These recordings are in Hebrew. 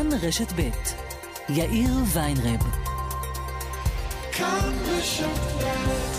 רשת ב' יאיר ויינרב. כאן רשת ב'.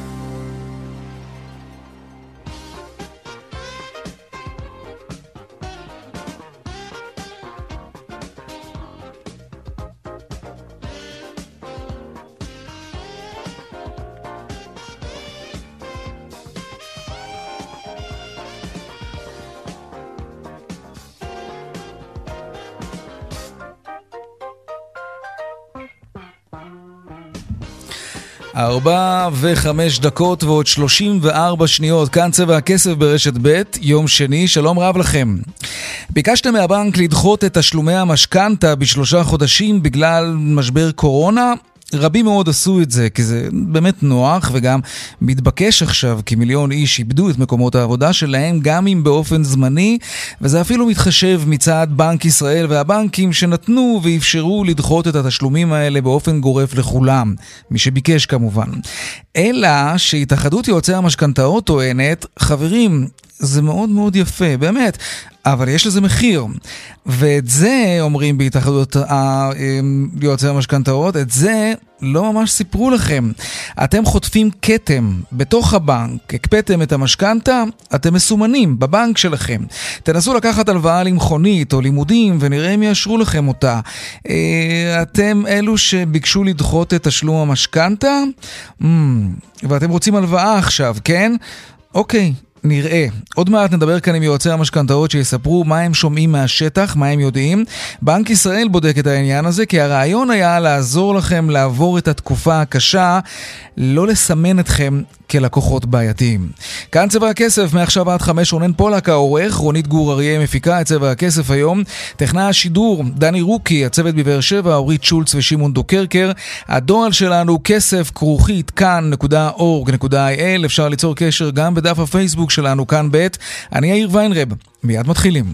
ארבע וחמש דקות ועוד 34 שניות, כאן צבע הכסף ברשת ב', יום שני, שלום רב לכם. ביקשתם מהבנק לדחות את תשלומי המשכנתה ב3 חודשים בגלל משבר קורונה? רבים מאוד עשו את זה, כי זה באמת נוח וגם מתבקש עכשיו, כי מיליון איש איבדו את מקומות העבודה שלהם, גם אם באופן זמני, וזה אפילו מתחשב מצד בנק ישראל והבנקים שנתנו ואפשרו לדחות את התשלומים האלה באופן גורף לכולם, מי שביקש כמובן. אלא שהתאחדות יועצי המשכנתאות טוענת, חברים, זה מאוד מאוד יפה, באמת, אבל יש לזה מחיר. ואת זה, אומרים בהתאחדות יועצי המשכנתאות, את זה לא ממש סיפרו לכם. אתם חוטפים כתם בתוך הבנק, הקפאתם את המשכנתה, אתם מסומנים בבנק שלכם. תנסו לקחת הלוואה למכונית או לימודים ונראה אם יאשרו לכם אותה. אתם אלו שביקשו לדחות את תשלום המשכנתה, ואתם רוצים הלוואה עכשיו, כן? אוקיי. נראה. עוד מעט נדבר כאן עם יועצי המשכנתאות שיספרו מה הם שומעים מהשטח, מה הם יודעים. בנק ישראל בודק את העניין הזה, כי הרעיון היה לעזור לכם לעבור את התקופה הקשה, לא לסמן אתכם כלקוחות בעייתיים. כאן צבע הכסף, מעכשיו עד 5, רונן פולק העורך, רונית גור אריה מפיקה את צבע הכסף היום, טכנאי השידור, דני רוקי, הצוות בבאר שבע, אורית שולץ ושימון דוקרקר, הדואל שלנו כסף@כאן.org.il, אפשר ליצור קשר גם בדף הפייסבוק שלנו כאן ב'. אני יאיר ויינרב, מיד מתחילים.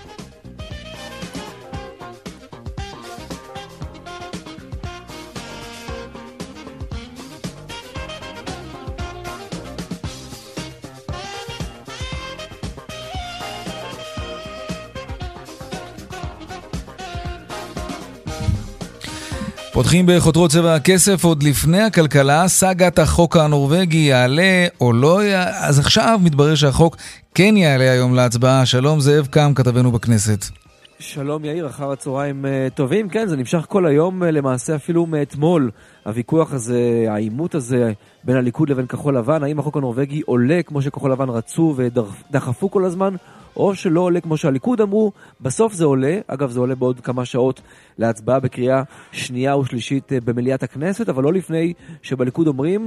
פותחים בחותרות צבע הכסף. עוד לפני הכלכלה, סאגת החוק הנורווגי יעלה או לא יעלה, אז עכשיו מתברר שהחוק כן יעלה היום להצבעה. שלום זאב קם, כתבנו בכנסת. שלום יאיר, אחר הצהריים טובים. כן, זה נמשך כל היום, למעשה אפילו מאתמול, הוויכוח הזה, העימות הזה בין הליכוד לבין כחול לבן, האם החוק הנורווגי עולה כמו שכחול לבן רצו ודחפו כל הזמן, או שלא עולה כמו שהליכוד אמרו. בסוף זה עולה, אגב זה עולה בעוד כמה שעות להצבעה בקריאה שנייה ושלישית במליאת הכנסת, אבל לא לפני שבליכוד אומרים,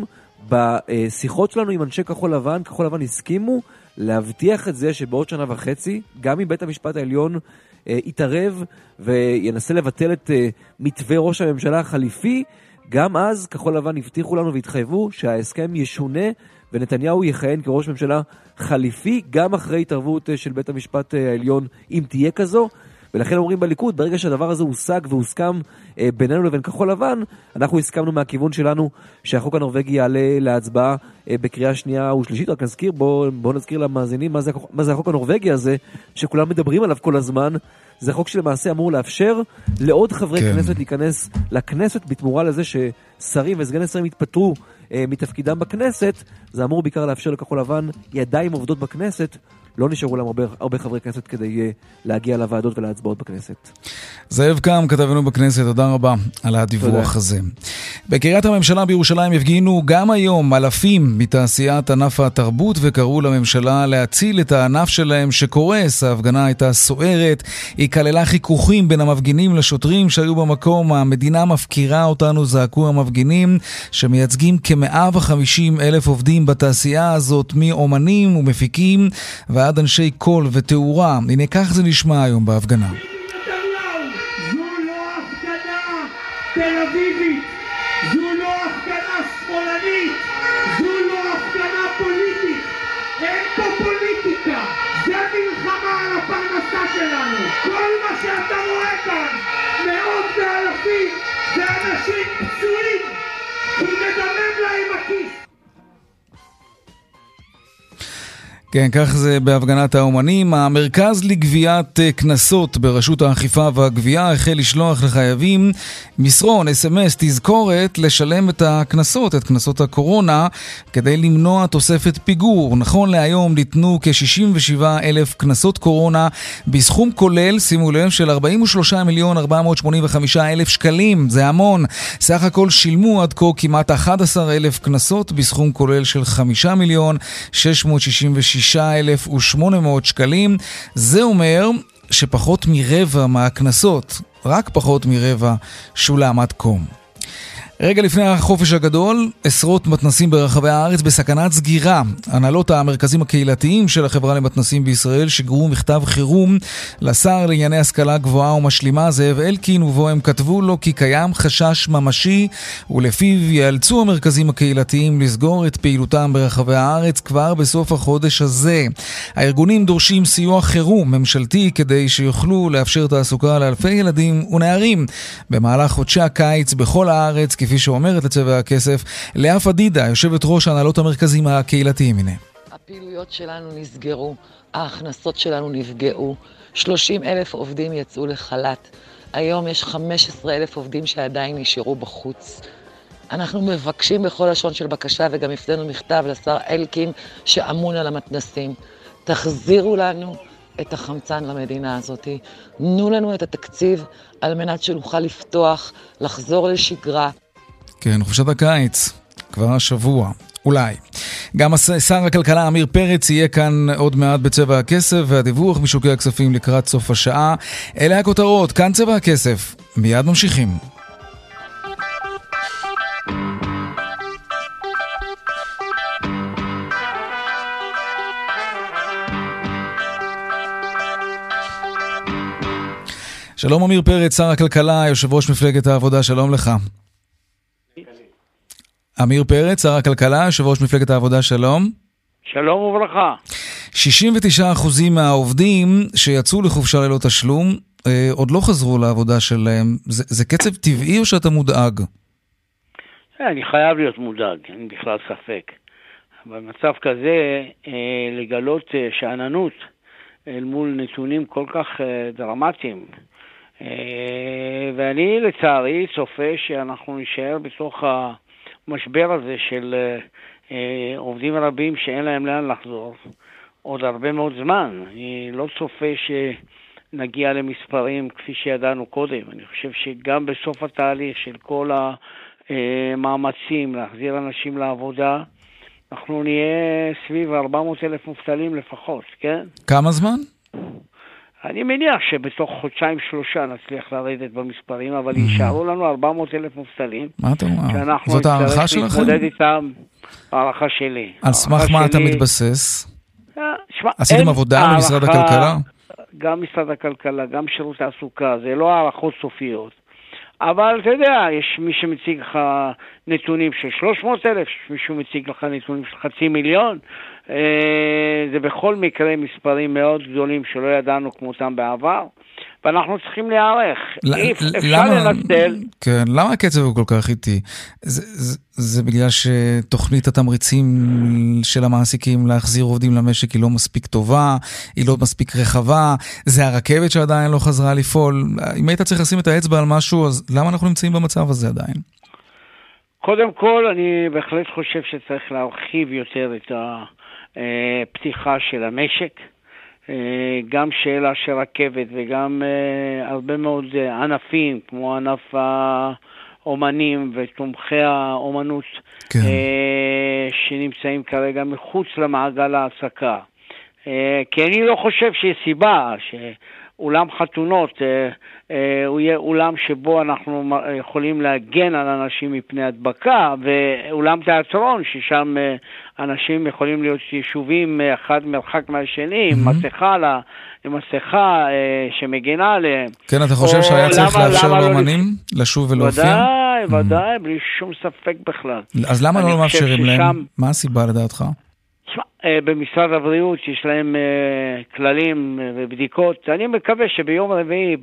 בשיחות שלנו עם אנשי כחול לבן הסכימו להבטיח את זה שבעוד שנה וחצי, גם אם בית המשפט העליון יתערב וינסה לבטל את מתווה ראש הממשלה החליפי, גם אז כחול לבן הבטיחו לנו והתחייבו שההסכם ישונה ונתניהו יכהן כראש ממשלה חליפי גם אחרי התערבות של בית המשפט העליון, אם תהיה כזו. ולכן אומרים בליכוד, ברגע שהדבר הזה הושג והוסכם בינינו לבין כחול לבן, אנחנו הסכמנו מהכיוון שלנו שהחוק הנורווגי יעלה להצבעה בקריאה שנייה ושלישית. רק נזכיר, בואו נזכיר למאזינים מה זה החוק הנורווגי הזה שכולם מדברים עליו כל הזמן. זה חוק שלמעשה אמור לאפשר לעוד חברי כנסת להיכנס לכנסת בתמורה לזה ששרים וסגני שרים יתפטרו מתפקידם בכנסת. זה אמור בעיקר לאפשר לכחול לבן ידיים עובדות בכנסת, לא נשארו להם הרבה חברי כנסת כדי להגיע לוועדות ולהצבעות בכנסת. זאב קם, כתבנו בכנסת, תודה רבה על הדיווח הזה. בקריית הממשלה בירושלים הפגינו גם היום אלפים מתעשיית ענף התרבות וקראו לממשלה להציל את הענף שלהם שקורס. ההפגנה הייתה סוערת, היא כללה חיכוכים בין המפגינים לשוטרים שהיו במקום. המדינה מפקירה אותנו, זעקו המפגינים שמייצגים כ-150,000 עובדים בתעשייה הזאת, מאומנים ומפיקים ועד אנשי קול ותאורה. הנה כך זה נשמע היום בהפגנה. זו לא הפגנה תל אביבית, זו לא הפגנה שמאלנית, זו לא הפגנה פוליטית, אין פה פוליטיקה, זה מלחמה על הפרנסה שלנו. כל מה שאתה רואה כאן, מאות ואלפים, זה אנשים פצועים, כי מדמם להם הכיס. כן, כך זה בהפגנת האומנים. המרכז לגביית קנסות ברשות האכיפה והגבייה החל לשלוח לחייבים מסרון, SMS, תזכורת לשלם את הקנסות, את קנסות הקורונה, כדי למנוע תוספת פיגור. נכון להיום ניתנו כ-67,000 קנסות קורונה בסכום כולל, שימו לב, של 43,485,000 שקלים. זה המון. סך הכל שילמו עד כה כמעט 11,000 קנסות בסכום כולל של 5,666,800 שקלים. זה אומר שפחות מרבע מהקנסות, רק פחות מרבע, שולם עד כה. רגע לפני החופש הגדול, עשרות מתנסים ברחבי הארץ בסכנת סגירה. הנהלות המרכזים הקהילתיים של החברה למתנסים בישראל שיגרו מכתב חירום לשר לענייני השכלה גבוהה ומשלימה זאב אלקין, ובו הם כתבו לו כי קיים חשש ממשי ולפיו ייאלצו המרכזים הקהילתיים לסגור את פעילותם ברחבי הארץ כבר בסוף החודש הזה. הארגונים דורשים סיוע חירום ממשלתי כדי שיוכלו לאפשר תעסוקה לאלפי ילדים ונערים במהלך חודשי הקיץ בכל הארץ, כפי שאומרת לצבע הכסף לאה פדידה, יושבת ראש הנהלות המרכזים הקהילתיים. הנה. הפעילויות שלנו נסגרו, ההכנסות שלנו נפגעו, 30,000 עובדים יצאו לחל"ת, היום יש 15,000 עובדים שעדיין נשארו בחוץ. אנחנו מבקשים בכל לשון של בקשה, וגם הפנינו מכתב לשר אלקין שאמון על המתנסים. תחזירו לנו את החמצן למדינה הזאת, תנו לנו את התקציב על מנת שנוכל לפתוח, לחזור לשגרה. כן, חופשת הקיץ, כבר השבוע, אולי. גם שר הכלכלה אמיר פרץ יהיה כאן עוד מעט בצבע הכסף, והדיווח משוקי הכספים לקראת סוף השעה. אלה הכותרות, כאן צבע הכסף. מיד ממשיכים. שלום אמיר פרץ, שר הכלכלה, יושב ראש מפלגת העבודה, שלום לך. אמיר פרץ, שר הכלכלה, יושב ראש מפלגת העבודה, שלום. שלום וברכה. 69% מהעובדים שיצאו לחופשה ללא תשלום עוד לא חזרו לעבודה שלהם. זה קצב טבעי או שאתה מודאג? אני חייב להיות מודאג, אין בכלל ספק. במצב כזה לגלות שעננות אל מול נתונים כל כך דרמטיים. ואני לצערי צופה שאנחנו נשאר בתוך המשבר הזה של עובדים רבים שאין להם לאן לחזור עוד הרבה מאוד זמן. אני לא צופה שנגיע למספרים כפי שידענו קודם. אני חושב שגם בסוף התהליך של כל המאמצים להחזיר אנשים לעבודה, אנחנו נהיה סביב 400,000 מובטלים לפחות, כן? כמה זמן? אני מניח שבתוך חודשיים-שלושה נצליח לרדת במספרים, אבל יישארו לנו 400,000 מובטלים. מה אתה אומר? זאת הערכה שלכם? להתמודד איתם, הערכה שלי. על סמך מה אתה מתבסס? עשיתם עבודה במשרד הכלכלה? גם משרד הכלכלה, גם שירות תעסוקה, זה לא הערכות סופיות. אבל אתה יודע, יש מי שמציג לך נתונים של 300,000, מישהו מציג לך נתונים של 500,000. זה בכל מקרה מספרים מאוד גדולים שלא ידענו כמותם בעבר, ואנחנו צריכים להיערך. אפשר לנצל. כן, למה הקצב הוא כל כך איטי? זה בגלל שתוכנית התמריצים של המעסיקים להחזיר עובדים למשק היא לא מספיק טובה, היא לא מספיק רחבה, זה הרכבת שעדיין לא חזרה לפעול. אם היית צריך לשים את האצבע על משהו, אז למה אנחנו נמצאים במצב הזה עדיין? קודם כל, אני בהחלט חושב שצריך להרחיב יותר את הפתיחה של המשק, גם שאלה של רכבת וגם הרבה מאוד ענפים, כמו ענף האומנים ותומכי האומנות, כן. שנמצאים כרגע מחוץ למעגל ההעסקה. כי אני לא חושב שיש סיבה שאולם חתונות הוא יהיה אולם שבו אנחנו יכולים להגן על אנשים מפני הדבקה, ואולם תיאטרון ששם אנשים יכולים להיות יישובים אחד מרחק מהשני, עם מסכה שמגנה עליהם. כן, אתה חושב שהיה צריך לאפשר לאומנים לשוב ולהופיע? ודאי, בלי שום ספק בכלל. אז למה לא מאפשרים להם? מה הסיבה לדעתך? במשרד הבריאות יש להם כללים ובדיקות. אני מקווה שביום רביעי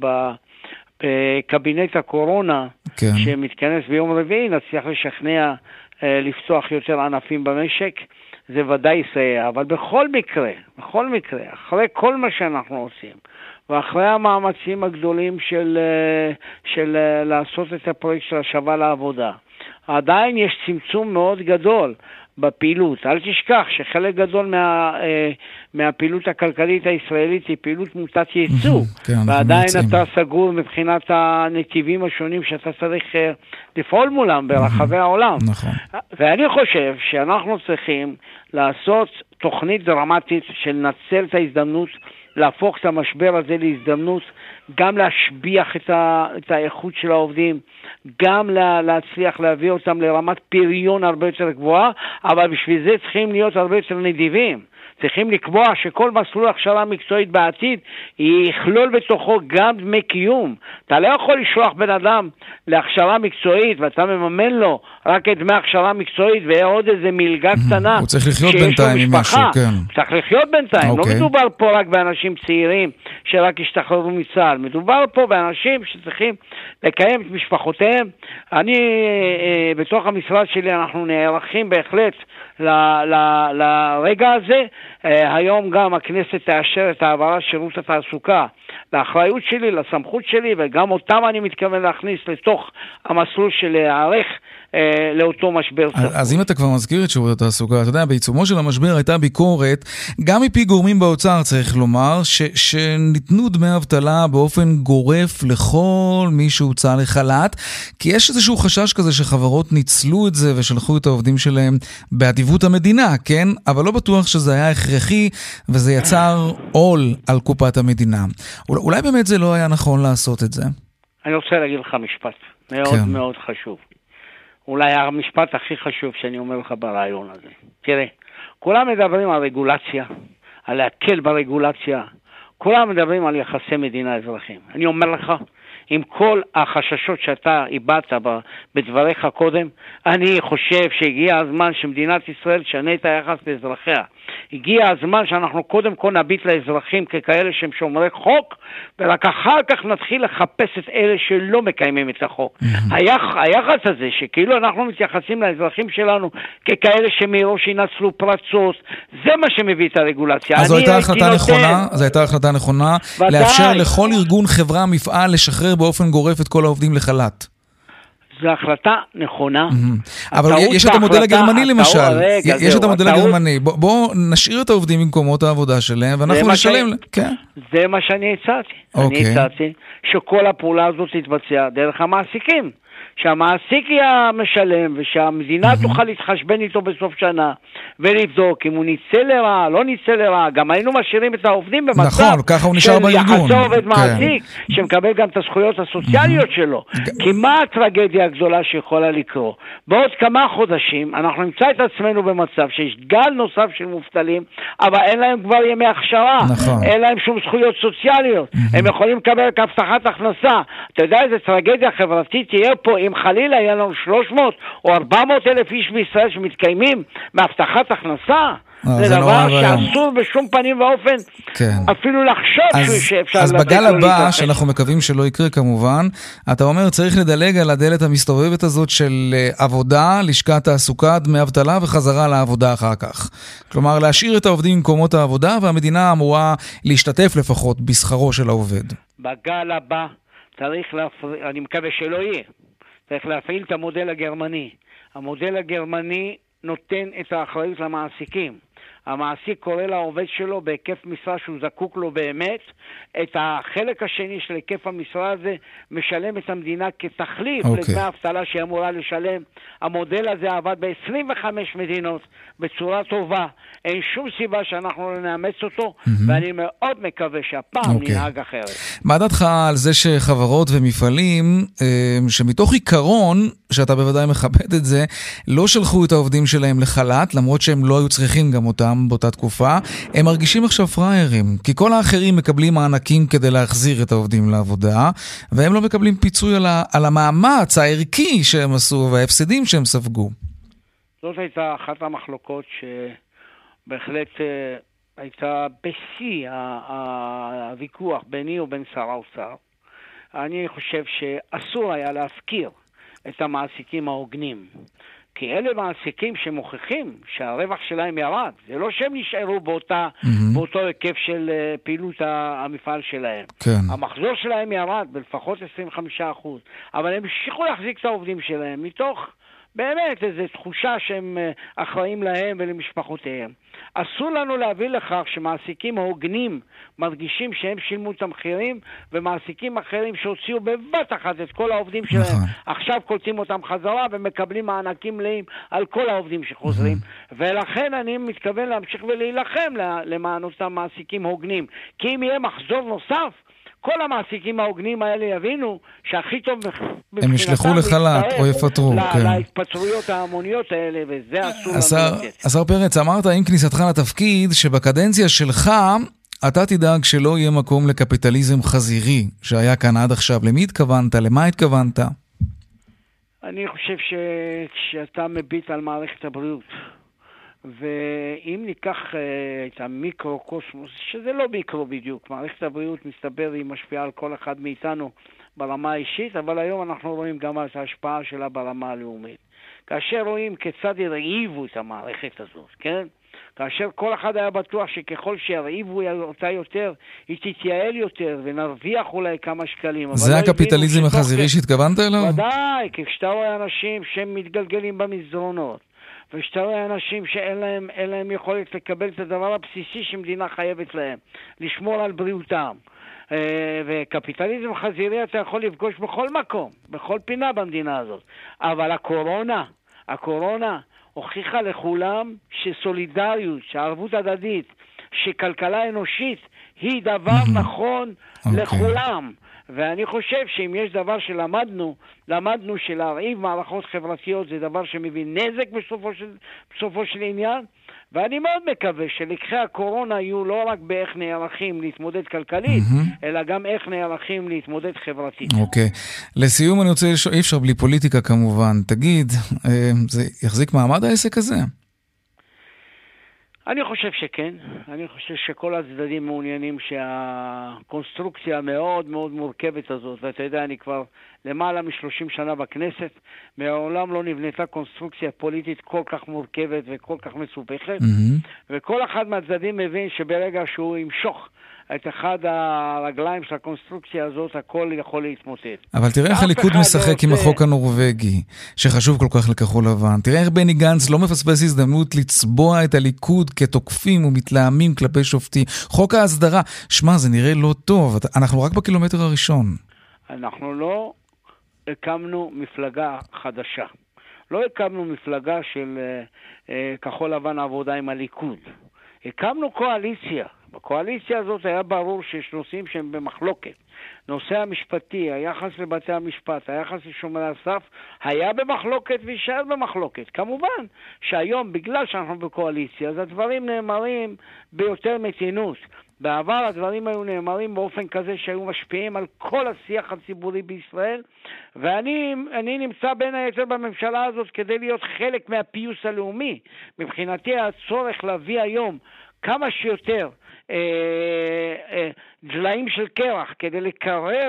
בקבינט הקורונה, כן. שמתכנס ביום רביעי, נצליח לשכנע לפתוח יותר ענפים במשק. זה ודאי יסייע, אבל בכל מקרה, אחרי כל מה שאנחנו עושים, ואחרי המאמצים הגדולים של לעשות את הפרויקט של השבה לעבודה, עדיין יש צמצום מאוד גדול בפעילות. אל תשכח שחלק גדול מהפעילות הכלכלית הישראלית היא פעילות מוטת ייצוא, ועדיין אתה סגור מבחינת הנתיבים השונים שאתה צריך לפעול מולם ברחבי העולם. ואני חושב שאנחנו צריכים לעשות תוכנית דרמטית של לנצל את ההזדמנות, להפוך את המשבר הזה להזדמנות, גם להשביח את האיכות של העובדים, גם להצליח להביא אותם לרמת פריון הרבה יותר גבוהה, אבל בשביל זה צריכים להיות הרבה יותר נדיבים. צריכים לקבוע שכל מסלול הכשרה מקצועית בעתיד יכלול בתוכו גם דמי קיום. אתה לא יכול לשלוח בן אדם להכשרה מקצועית ואתה מממן לו רק את דמי הכשרה מקצועית ועוד איזה מלגה קטנה. הוא צריך לחיות בינתיים עם משהו, כן. צריך לחיות בינתיים. לא מדובר פה רק באנשים צעירים שרק השתחררו מצה"ל. מדובר פה באנשים שצריכים לקיים את משפחותיהם. אני, בתוך המשרד שלי אנחנו נערכים בהחלט לרגע הזה. היום גם הכנסת תאשר את העברת שירות התעסוקה לאחריות שלי, לסמכות שלי, וגם אותם אני מתכוון להכניס לתוך המסלול של להיערך לאותו משבר. אז אם אתה כבר מזכיר את שירות התעסוקה, אתה יודע, בעיצומו של המשבר הייתה ביקורת, גם מפי גורמים באוצר צריך לומר, שניתנו דמי אבטלה באופן גורף לכל מי שהוצא לחל"ת, כי יש איזשהו חשש כזה שחברות ניצלו את זה ושלחו את העובדים שלהם באדיבות המדינה, כן? אבל לא בטוח שזה היה הכרחי, וזה יצר עול על קופת המדינה. אולי באמת זה לא היה נכון לעשות את זה? אני רוצה להגיד לך משפט מאוד מאוד חשוב. אולי המשפט הכי חשוב שאני אומר לך ברעיון הזה. תראה, כולם מדברים על רגולציה, על להקל ברגולציה, כולם מדברים על יחסי מדינה אזרחים. אני אומר לך, עם כל החששות שאתה איבדת בדבריך קודם, אני חושב שהגיע הזמן שמדינת ישראל תשנה את היחס לאזרחיה. הגיע הזמן שאנחנו קודם כל נביט לאזרחים ככאלה שהם שומרי חוק, ורק אחר כך נתחיל לחפש את אלה שלא מקיימים את החוק. היחס הזה שכאילו אנחנו מתייחסים לאזרחים שלנו ככאלה שמראש ינצלו פרצות, זה מה שמביא את הרגולציה. אז זו הייתה החלטה נכונה, לאפשר לכל ארגון חברה מפעל לשחרר באופן גורף את כל העובדים לחל"ת. זו החלטה נכונה. אבל יש את המודל הגרמני למשל. יש את המודל הגרמני. בואו נשאיר את העובדים במקומות העבודה שלהם, ואנחנו נשלם. זה מה שאני הצעתי. אני הצעתי שכל הפעולה הזאת תתבצע דרך המעסיקים. שהמעסיק יהיה משלם, ושהמדינה תוכל להתחשבן איתו בסוף שנה, ולבדוק אם הוא ניצל לרעה, לא ניצל לרעה. גם היינו משאירים את העובדים במצב של יחסו עובד מעסיק, שמקבל גם את הזכויות הסוציאליות שלו. כי מה הטרגדיה הגדולה שיכולה לקרות? בעוד כמה חודשים אנחנו נמצא את עצמנו במצב שיש גל נוסף של מובטלים, אבל אין להם כבר ימי הכשרה, אין להם שום זכויות סוציאליות, הם יכולים לקבל כהבטחת הכנסה. אתה יודע איזה טרגדיה חברתית תהיה פה אם חלילה יהיה לנו 300 או 400 אלף איש בישראל שמתקיימים מהבטחת הכנסה. זה דבר שאסור בשום פנים ואופן אפילו לחשוב שאפשר. אז בגל הבא, שאנחנו מקווים שלא יקרה כמובן, אתה אומר צריך לדלג על הדלת המסתובבת הזאת של עבודה, לשכת תעסוקה, דמי אבטלה וחזרה לעבודה אחר כך. כלומר, להשאיר את העובדים במקומות העבודה, והמדינה אמורה להשתתף לפחות בשכרו של העובד. בגל הבא צריך אני מקווה שלא יהיה. צריך להפעיל את המודל הגרמני. המודל הגרמני נותן את האחריות למעסיקים. המעסיק קורא לעובד שלו בהיקף משרה שהוא זקוק לו באמת, את החלק השני של היקף המשרה הזה משלם את המדינה כתחליף לדמי האבטלה שהיא אמורה לשלם. המודל הזה עבד ב-25 מדינות בצורה טובה. אין שום סיבה שאנחנו לא נאמץ אותו, ואני מאוד מקווה שהפעם ננהג אחרת. מה דעתך על זה שחברות ומפעלים, שמתוך עיקרון, שאתה בוודאי מכבד את זה, לא שלחו את העובדים שלהם לחל"ת, למרות שהם לא היו צריכים גם אותם באותה תקופה, הם מרגישים עכשיו פריירים, כי כל האחרים מקבלים מענקים כדי להחזיר את העובדים לעבודה, והם לא מקבלים פיצוי על המאמץ הערכי שהם עשו וההפסדים שהם ספגו. זאת הייתה אחת המחלוקות שבהחלט הייתה בשיא הוויכוח ביני ובין שר האוצר. אני חושב שאסור היה להפקיר את המעסיקים ההוגנים. כי אלה מעסיקים שמוכיחים שהרווח שלהם ירד. זה לא שהם נשארו באותו היקף של פעילות המפעל שלהם. כן. המחזור שלהם ירד בלפחות 25%, אבל הם המשיכו להחזיק את העובדים שלהם מתוך באמת איזו תחושה שהם אחראים להם ולמשפחותיהם. אסור לנו להביא לכך שמעסיקים הוגנים מרגישים שהם שילמו את המחירים, ומעסיקים אחרים שהוציאו בבת אחת את כל העובדים שלהם, נכון. עכשיו קולטים אותם חזרה ומקבלים מענקים מלאים על כל העובדים שחוזרים. ולכן אני מתכוון להמשיך ולהילחם למען אותם מעסיקים הוגנים. כי אם יהיה מחזור נוסף, כל המעסיקים ההוגנים האלה יבינו שהכי טוב הם ישלחו לחל"ת או יפטרו. להתפטרויות ההמוניות האלה, וזה אסור לנו לתת. השר פרץ, אמרת עם כניסתך לתפקיד שבקדנציה שלך אתה תדאג שלא יהיה מקום לקפיטליזם חזירי שהיה כאן עד עכשיו. למי התכוונת? למה התכוונת? אני חושב שכשאתה מביט על מערכת הבריאות, ואם ניקח את המיקרו-קוסמוס, שזה לא מיקרו בדיוק, מערכת הבריאות מסתבר היא משפיעה על כל אחד מאיתנו ברמה האישית, אבל היום אנחנו רואים גם את ההשפעה שלה ברמה הלאומית. כאשר רואים כיצד הרעיבו את המערכת הזאת, כן? כאשר כל אחד היה בטוח שככל שהרעיבו אותה יותר, היא תתייעל יותר ונרוויח אולי כמה שקלים. זה הקפיטליזם החזירי שהתכוונת אליו? ודאי, כי כשאתה רואה אנשים שהם מתגלגלים במסדרונות, ושאתה רואה אנשים שאין להם יכולת לקבל את הדבר הבסיסי שמדינה חייבת להם, לשמור על בריאותם. וקפיטליזם חזירי אתה יכול לפגוש בכל מקום, בכל פינה במדינה הזאת. אבל הקורונה הוכיחה לכולם שסולידריות, שערבות הדדית, שכלכלה אנושית היא דבר נכון לכולם. ואני חושב שאם יש דבר למדנו שלהרעיב מערכות חברתיות זה דבר שמביא נזק בסופו של עניין, ואני מאוד מקווה שלקחי הקורונה יהיו לא רק באיך נערכים להתמודד כלכלית, אלא גם איך נערכים להתמודד חברתית. אוקיי. לסיום אני רוצה לשאול, אי אפשר בלי פוליטיקה כמובן. תגיד, זה יחזיק מעמד העסק הזה? אני חושב שכן. אני חושב שכל הצדדים מעוניינים שהקונסטרוקציה המאוד מאוד מורכבת הזאת, ואתה יודע, אני כבר למעלה מ-30 שנה בכנסת, מעולם לא נבנתה קונסטרוקציה פוליטית כל כך מורכבת וכל כך מסובכת, וכל אחד מהצדדים מבין שברגע שהוא ימשוך את אחד הרגליים של הקונסטרוקציה הזאת, הכל יכול להתמוטט. אבל תראה איך הליכוד משחק עם החוק הנורווגי, שחשוב כל כך לכחול לבן. תראה איך בני גנץ לא מפספס הזדמנות לצבוע את הליכוד כתוקפים ומתלהמים כלפי שופטים. חוק ההסדרה, שמע, זה נראה לא טוב. אנחנו רק בקילומטר הראשון. אנחנו לא הקמנו מפלגה חדשה. לא הקמנו מפלגה של כחול לבן עבודה עם הליכוד. הקמנו קואליציה. בקואליציה הזאת היה ברור שיש נושאים שהם במחלוקת. נושא המשפטי, היחס לבתי המשפט, היחס לשומרי הסף, היה במחלוקת וישאר במחלוקת. כמובן שהיום, בגלל שאנחנו בקואליציה, אז הדברים נאמרים ביותר מתינות. בעבר הדברים היו נאמרים באופן כזה שהיו משפיעים על כל השיח הציבורי בישראל, ואני נמצא בין היתר בממשלה הזאת כדי להיות חלק מהפיוס הלאומי. מבחינתי הצורך להביא היום כמה שיותר דליים של קרח כדי לקרר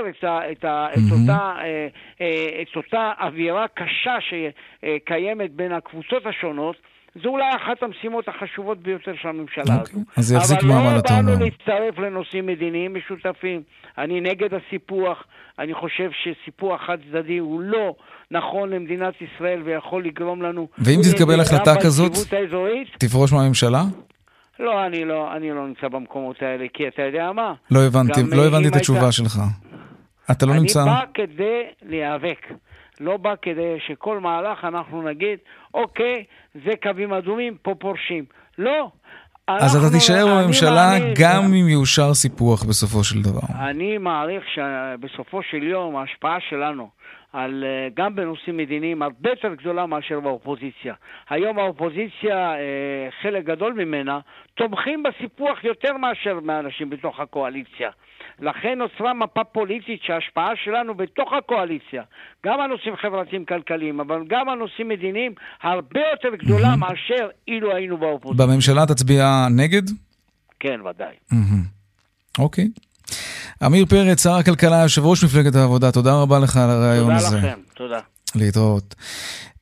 את אותה אווירה קשה שקיימת בין הקבוצות השונות, זו אולי אחת המשימות החשובות ביותר של הממשלה הזו. אז זה יחזיק מעמד, אתה אומר. אבל לא באנו להצטרף לנושאים מדיניים משותפים. אני נגד הסיפוח. אני חושב שסיפוח חד צדדי הוא לא נכון למדינת ישראל ויכול לגרום לנו... ואם תתקבל החלטה כזאת, תפרוש מהממשלה? לא, אני לא נמצא במקומות האלה, כי אתה יודע מה? לא הבנתי את התשובה שלך. אתה לא נמצא... אני בא כדי להיאבק. לא בא כדי שכל מהלך אנחנו נגיד, אוקיי, זה קווים אדומים, פה פורשים. לא. אז אתה תישאר בממשלה גם אם יאושר סיפוח בסופו של דבר. אני מעריך שבסופו של יום ההשפעה שלנו גם בנושאים מדיניים הרבה יותר גדולה מאשר באופוזיציה. היום האופוזיציה, חלק גדול ממנה, תומכים בסיפוח יותר מאשר מאנשים בתוך הקואליציה. לכן נוצרה מפה פוליטית שההשפעה שלנו בתוך הקואליציה, גם הנושאים חברתיים כלכליים, אבל גם הנושאים מדיניים, הרבה יותר גדולה מאשר אילו היינו באופוזיציה. בממשלה תצביע נגד? כן, ודאי. אוקיי. אמיר פרץ, שר הכלכלה, יושב ראש מפלגת העבודה, תודה רבה לך על הרעיון הזה. תודה לכם, תודה. להתראות.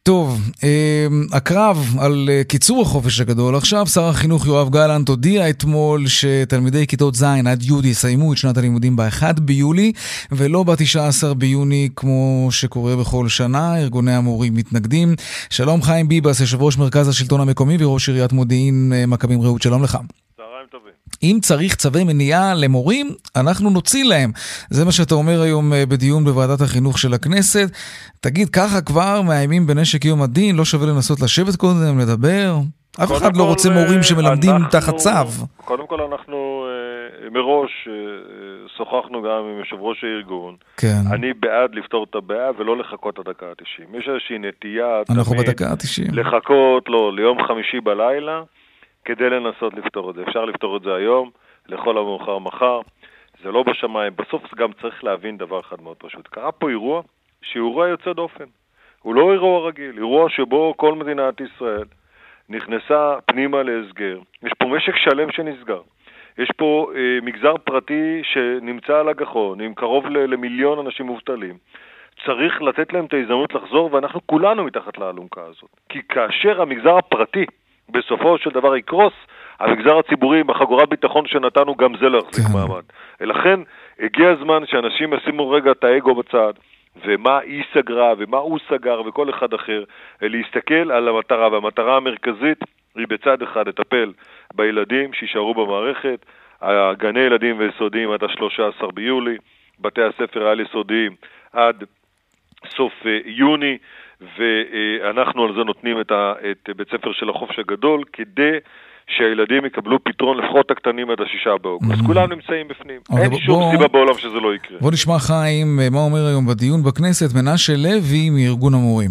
טוב, הקרב על קיצור החופש הגדול. עכשיו שר החינוך יואב גלנט הודיע אתמול שתלמידי כיתות ז' עד י' יסיימו את שנת הלימודים ב-1 ביולי ולא ב-19 ביוני כמו שקורה בכל שנה. ארגוני המורים מתנגדים. שלום חיים ביבס, יושב ראש מרכז השלטון המקומי וראש עיריית מודיעין מכבים רעות, שלום לך. צהריים טובים. אם צריך צווי מניעה למורים, אנחנו נוציא להם. זה מה שאתה אומר היום בדיון בוועדת החינוך של הכנסת. תגיד, ככה כבר מאיימים בנשק יום הדין, לא שווה לנסות לשבת קודם, לדבר? אף אחד לא רוצה מורים שמלמדים תחת צו. קודם כל אנחנו מראש שוחחנו גם עם יושב ראש הארגון. כן. אני בעד לפתור את הבעיה ולא לחכות עד הדקה ה-90. יש איזושהי נטייה אנחנו בדקה ה-90. לחכות ליום חמישי בלילה כדי לנסות לפתור את זה. אפשר לפתור את זה היום, לכל המאוחר מחר. זה לא בשמיים. בסוף גם צריך להבין דבר אחד מאוד פשוט. קרה פה אירוע שאירוע יוצא דופן. הוא לא אירוע רגיל, אירוע שבו כל מדינת ישראל נכנסה פנימה להסגר. יש פה משק שלם שנסגר. יש פה מגזר פרטי שנמצא על הגחון, עם קרוב למיליון אנשים מובטלים. צריך לתת להם את ההזדמנות לחזור, ואנחנו כולנו מתחת לאלונקה הזאת. כי כאשר המגזר הפרטי בסופו של דבר יקרוס, המגזר הציבורי בחגורת ביטחון שנתנו גם זה לא יחזיק מעמד. לכן הגיע הזמן שאנשים ישימו רגע את האגו בצד, ומה היא סגרה ומה הוא סגר וכל אחד אחר, להסתכל על המטרה, והמטרה המרכזית היא בצד אחד לטפל בילדים שישארו במערכת, הגני ילדים ויסודיים עד ה-13 ביולי, בתי הספר העל יסודיים עד סוף יוני, ואנחנו על זה נותנים את בית ספר של החופש הגדול, כדי שהילדים יקבלו פתרון לפחות הקטנים עד ה-6 באוגוסט. כולם נמצאים בפנים. אין שום סיבה בעולם שזה לא יקרה. בוא נשמע חיים, מה אומר היום בדיון בכנסת מנשה לוי מארגון המורים.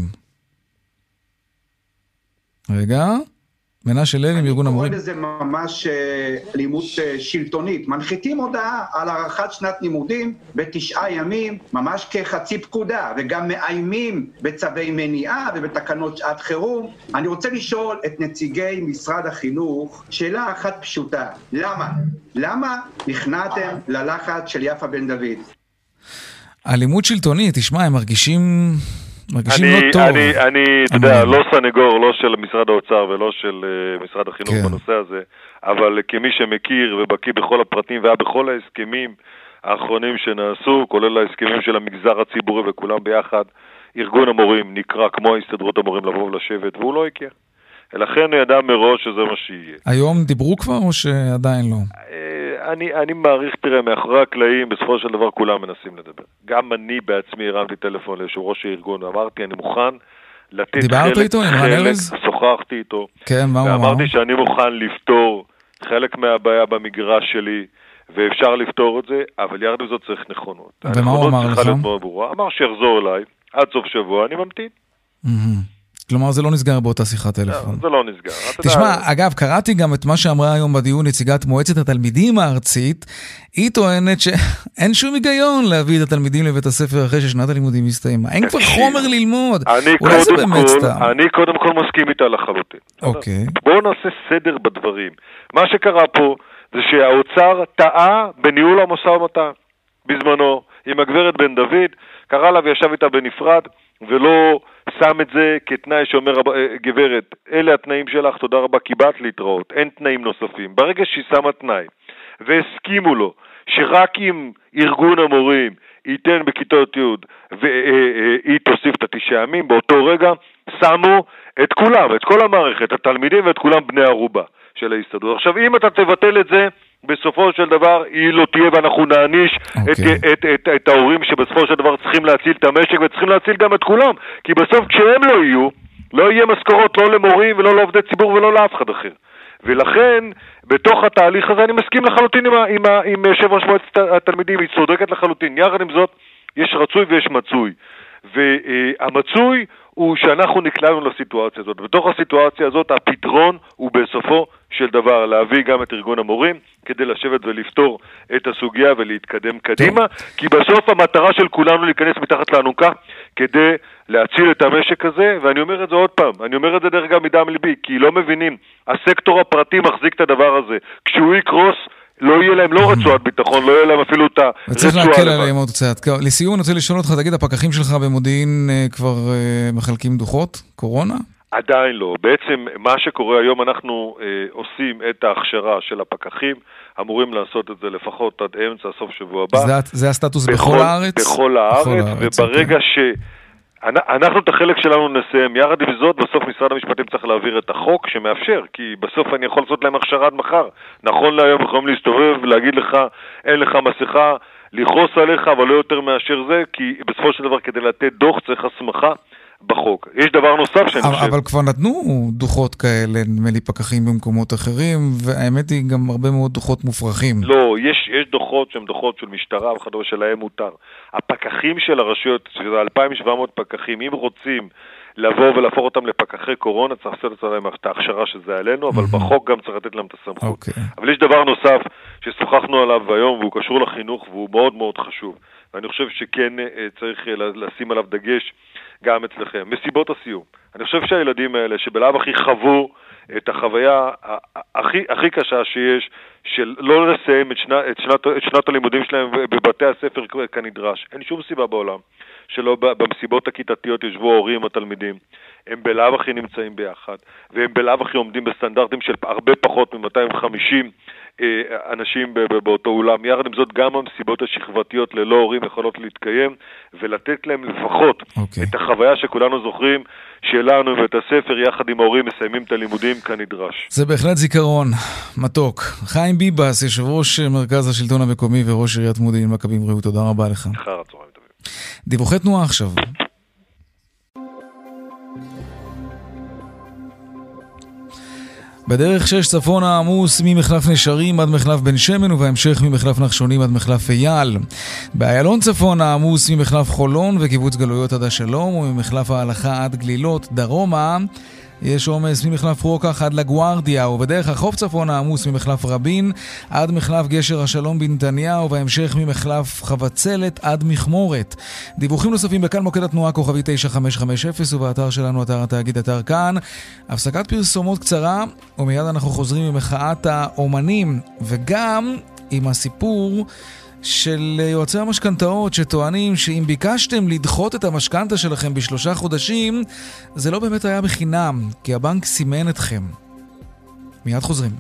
רגע. מנשה לוי מארגון המורים. אני קורא לזה ממש אלימות שלטונית. מנחיתים הודעה על הארכת שנת לימודים ב9 ימים, ממש כחצי פקודה, וגם מאיימים בצווי מניעה ובתקנות שעת חירום. אני רוצה לשאול את נציגי משרד החינוך שאלה אחת פשוטה. למה? למה נכנעתם ללחץ של יפה בן דוד? אלימות שלטונית, תשמע, הם מרגישים לא טוב. אני, אתה יודע, לא סנגור, לא של משרד האוצר ולא של משרד החינוך בנושא הזה, אבל כמי שמכיר ובקיא בכל הפרטים והיה בכל ההסכמים האחרונים שנעשו, כולל ההסכמים של המגזר הציבורי וכולם ביחד, ארגון המורים נקרא כמו הסתדרות המורים לבוא ולשבת, והוא לא הגיע. לכן ידע מראש שזה מה שיהיה. היום דיברו כבר או שעדיין לא? אני מעריך, תראה, מאחורי הקלעים, בסופו של דבר כולם מנסים לדבר. גם אני בעצמי הרמתי טלפון ליושב ראש הארגון, ואמרתי, אני מוכן לתת דיברת איתו עם רן ארז? שוחחתי איתו. כן, מה הוא אמר? ואמרתי שאני מוכן לפתור חלק מהבעיה במגרש שלי, ואפשר לפתור את זה, אבל יחד בזאת צריך נכונות. ומה הוא אמר לך? אמר שיחזור אליי, עד סוף שבוע, אני ממתין. כלומר, זה לא נסגר באותה שיחת טלפון. זה לא נסגר. תשמע, אגב, קראתי גם את מה שאמרה היום בדיון נציגת מועצת התלמידים הארצית. היא טוענת שאין שום היגיון להביא את התלמידים לבית הספר אחרי ששנת הלימודים מסתיימה. אין כבר חומר ללמוד. אולי זה באמת סתם. אני קודם כל מסכים איתה לחלוטין. אוקיי. בואו נעשה סדר בדברים. מה שקרה פה זה שהאוצר טעה בניהול המשא ומתן. בזמנו, עם הגברת בן דוד, קרא לה וישב איתה בנפרד, ולא שם את זה כתנאי שאומר, גברת, אלה התנאים שלך, תודה רבה, קיבלת להתראות, אין תנאים נוספים. ברגע שהיא שמה תנאי, והסכימו לו, שרק אם ארגון המורים ייתן בכיתות י' והיא תוסיף את 9 ימים, באותו רגע שמו את כולם, את כל המערכת, התלמידים ואת כולם בני ערובה של ההסתדרות. עכשיו, אם אתה תבטל את זה, בסופו של דבר היא לא תהיה, ואנחנו נעניש את ההורים שבסופו של דבר צריכים להציל את המשק וצריכים להציל גם את כולם, כי בסוף כשהם לא יהיו, לא יהיה משכורות לא למורים ולא לעובדי ציבור ולא לאף אחד אחר. ולכן בתוך התהליך הזה אני מסכים לחלוטין עם יושב ראש מועצת התלמידים, היא צודקת לחלוטין. יחד עם זאת יש רצוי ויש מצוי, והמצוי הוא שאנחנו נקלענו לסיטואציה הזאת. בתוך הסיטואציה הזאת הפתרון הוא בסופו של דבר להביא גם את ארגון המורים כדי לשבת ולפתור את הסוגיה ולהתקדם קדימה, כי בסוף המטרה של כולנו להיכנס מתחת לאלונקה כדי להציל את המשק הזה, ואני אומר את זה עוד פעם, אני אומר את זה דרך גם מדם ליבי, כי לא מבינים, הסקטור הפרטי מחזיק את הדבר הזה, כשהוא יקרוס לא יהיה להם לא רצועת ביטחון, לא יהיה להם אפילו את הרצועה. וצריך להקל עליהם עוד קצת. לסיום, אני רוצה לשאול אותך, תגיד, הפקחים שלך במודיעין כבר מחלקים דוחות? קורונה? עדיין לא. בעצם מה שקורה היום, אנחנו עושים את ההכשרה של הפקחים, אמורים לעשות את זה לפחות עד אמצע, סוף שבוע הבא. זה הסטטוס בכל הארץ? בכל הארץ, וברגע אנחנו את החלק שלנו נסיים. יחד עם זאת, בסוף משרד המשפטים צריך להעביר את החוק שמאפשר, כי בסוף אני יכול לעשות להם הכשרה עד מחר. נכון להיום יכולים להסתובב, להגיד לך, אין לך מסכה, לכעוס עליך, אבל לא יותר מאשר זה, כי בסופו של דבר כדי לתת דוח צריך הסמכה בחוק. יש דבר נוסף שאני חושב. אבל כבר נתנו דוחות כאלה, נדמה לי פקחים במקומות אחרים, והאמת היא גם הרבה מאוד דוחות מופרכים. לא, יש דוחות שהם דוחות של משטרה וכדומה שלהם מותר. הפקחים של הרשויות, שזה 2,700 פקחים, אם רוצים לבוא ולהפוך אותם לפקחי קורונה, צריך לעשות להם את ההכשרה שזה עלינו, אבל בחוק גם צריך לתת להם את הסמכות. אבל יש דבר נוסף ששוחחנו עליו היום, והוא קשור לחינוך, והוא מאוד מאוד חשוב. ואני חושב שכן צריך לשים עליו דגש גם אצלכם. מסיבות הסיום. אני חושב שהילדים האלה שבלב הכי חוו את החוויה הכי קשה שיש, של לא לסיים את שנת הלימודים שלהם בבתי הספר כנדרש. אין שום סיבה בעולם שלא במסיבות הכיתתיות ישבו ההורים התלמידים. הם בלב הכי נמצאים ביחד, והם בלב הכי עומדים בסטנדרטים של הרבה פחות מ-250 אנשים באותו אולם. יחד עם זאת, גם המסיבות השכבתיות ללא הורים יכולות להתקיים, ולתת להם לפחות את החוויה שכולנו זוכרים, שלנו בבית הספר יחד עם ההורים מסיימים את הלימודים כנדרש. זה בהחלט זיכרון מתוק. חיים ביבס, יושב ראש מרכז השלטון המקומי וראש עיריית מודיעין מכבים רעות, תודה רבה לך. אחר הצהריים טובים. דיווחי תנועה עכשיו. בדרך 6 צפונה עמוס ממחלף נשרים עד מחלף בן שמן, ובהמשך ממחלף נחשונים עד מחלף אייל. באיילון צפונה עמוס ממחלף חולון וקיבוץ גלויות עד השלום, וממחלף ההלכה עד גלילות. דרומה יש עומס ממחלף רוקח עד לגוארדיה, ובדרך החוף צפונה עמוס ממחלף רבין עד מחלף גשר השלום בנתניה, ובהמשך ממחלף חבצלת עד מכמורת. דיווחים נוספים בכאן מוקד התנועה כוכבי 9550, ובאתר שלנו אתר התאגיד אתר כאן. הפסקת פרסומות קצרה, ומיד אנחנו חוזרים ממחאת האומנים, וגם עם הסיפור של יועצי המשכנתאות שטוענים שאם ביקשתם לדחות את המשכנתה שלכם ב3 חודשים, זה לא באמת היה בחינם, כי הבנק סימן אתכם. מיד חוזרים.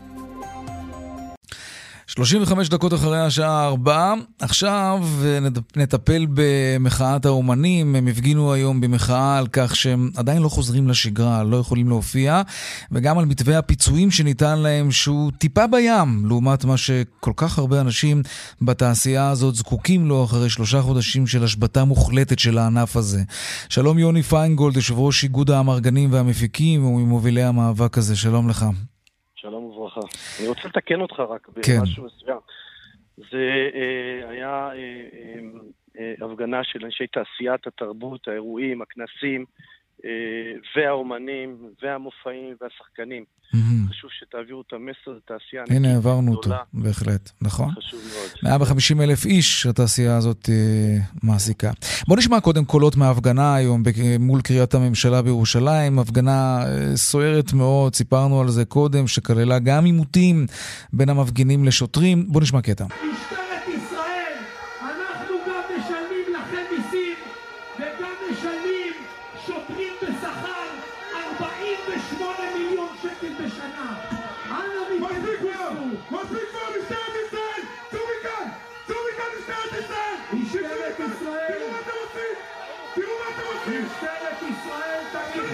35 דקות אחרי השעה 4, עכשיו נטפל במחאת האומנים. הם הפגינו היום במחאה על כך שהם עדיין לא חוזרים לשגרה, לא יכולים להופיע, וגם על מתווה הפיצויים שניתן להם שהוא טיפה בים, לעומת מה שכל כך הרבה אנשים בתעשייה הזאת זקוקים לו אחרי 3 חודשים של השבתה מוחלטת של הענף הזה. שלום יוני פיינגולד, יושב ראש איגוד האמרגנים והמפיקים וממובילי המאבק הזה, שלום לך. שלום וברכה. אני רוצה לתקן אותך רק במשהו מסוים. זה היה הפגנה של אנשי תעשיית התרבות, האירועים, הכנסים, והאומנים, והמופעים, והשחקנים. חשוב שתעבירו את המסר לתעשייה. הנה, העברנו אותו, בהחלט, נכון? חשוב מאוד. 150,000 איש התעשייה הזאת מעסיקה. בוא נשמע קודם קולות מההפגנה היום מול קריית הממשלה בירושלים. הפגנה סוערת מאוד, סיפרנו על זה קודם, שכללה גם עימותים בין המפגינים לשוטרים. בוא נשמע קטע. משטרת ישראל, אנחנו גם משלמים לכם מיסים, וגם משלמים שוטרים בשכר 48 מיליון שקל בשנה. מספיק כבר משטרת ישראל! צאו מכאן משטרת ישראל! משטרת ישראל! תראו מה אתם עושים! משטרת ישראל,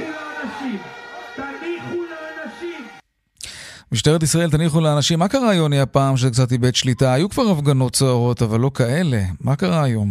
תניחו לאנשים! משטרת ישראל, תניחו לאנשים. מה קרה יוני הפעם שקצת איבד שליטה? היו כבר הפגנות סוערות, אבל לא כאלה. מה קרה היום?